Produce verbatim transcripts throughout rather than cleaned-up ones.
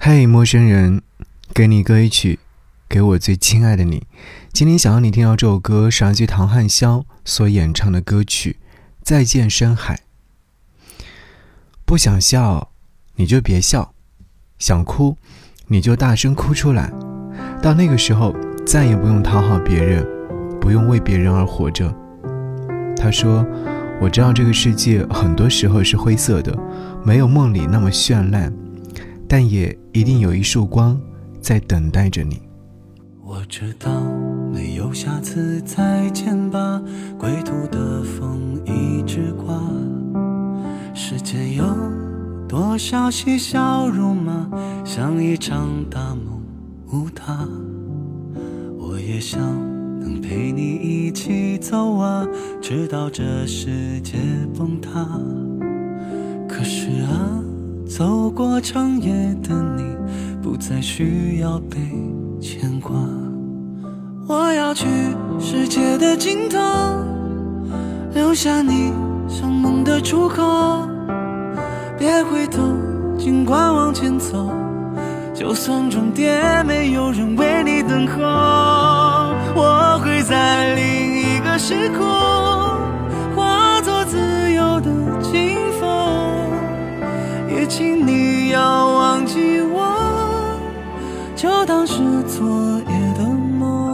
嘿，陌生人，给你歌一曲，给我最亲爱的你。今天想要你听到这首歌是来自唐汉霄所演唱的歌曲《再见深海》。不想笑你就别笑，想哭你就大声哭出来，到那个时候再也不用讨好别人，不用为别人而活着。他说，我知道这个世界很多时候是灰色的，没有梦里那么绚烂，但也一定有一束光在等待着你。 我知道没有下次再见吧，归途的风一直刮，世间有多少嬉笑怒骂，像一场大梦无他。我也想能陪你一起走啊，直到这世界崩塌。可是啊，走过长夜的你不再需要被牵挂。我要去世界的尽头，留下你像梦的出口，别回头，尽管往前走，就算终点没有人为你等候，我会在另一个时空化作自由的清风，也请你要忘记我，就当是昨夜的梦。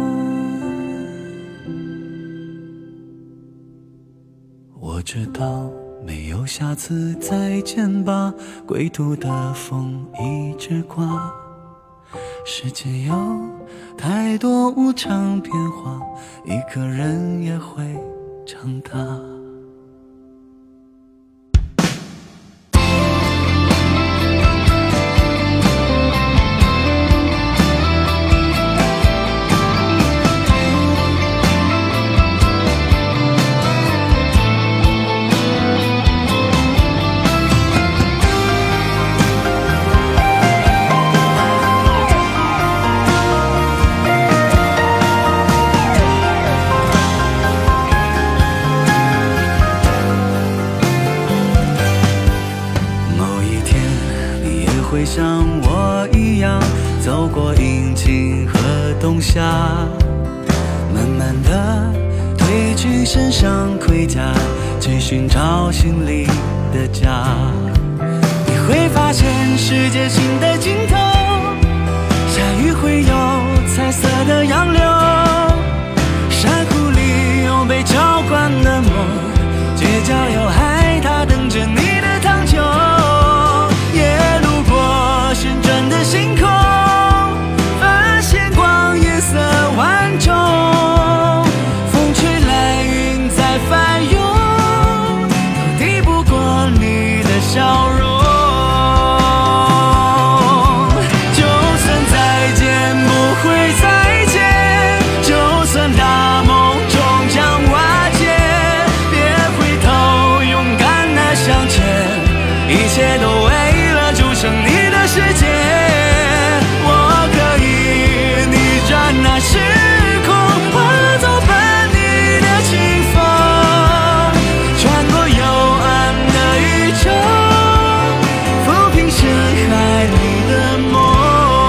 我知道没有下次再见吧，归途的风一直刮，世界有太多无常变化，一个人也会长大。会像我一样走过阴晴和冬夏，慢慢地褪去身上盔甲，去寻找心里的家。你会发现世界新的尽头，下雨会有彩色的洋流，山谷里有被浇灌的梦，街角有海獭等着你的糖酒。旋转的星空，发现光颜色万种，风吹来云在翻涌，都抵不过你的笑容。就算再见不会再见，就算大梦终将瓦解，别回头，勇敢地向前，一切都为了筑成你的世界。我可以逆转那时空，化作伴你的清风，穿过幽暗的宇宙，抚平深海里的梦。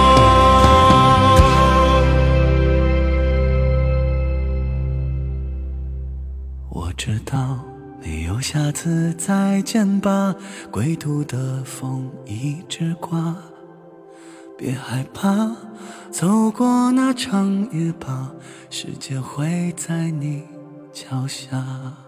我知道没有下次再见吧，归途的风一直刮，别害怕，走过那长夜吧，世界会在你脚下。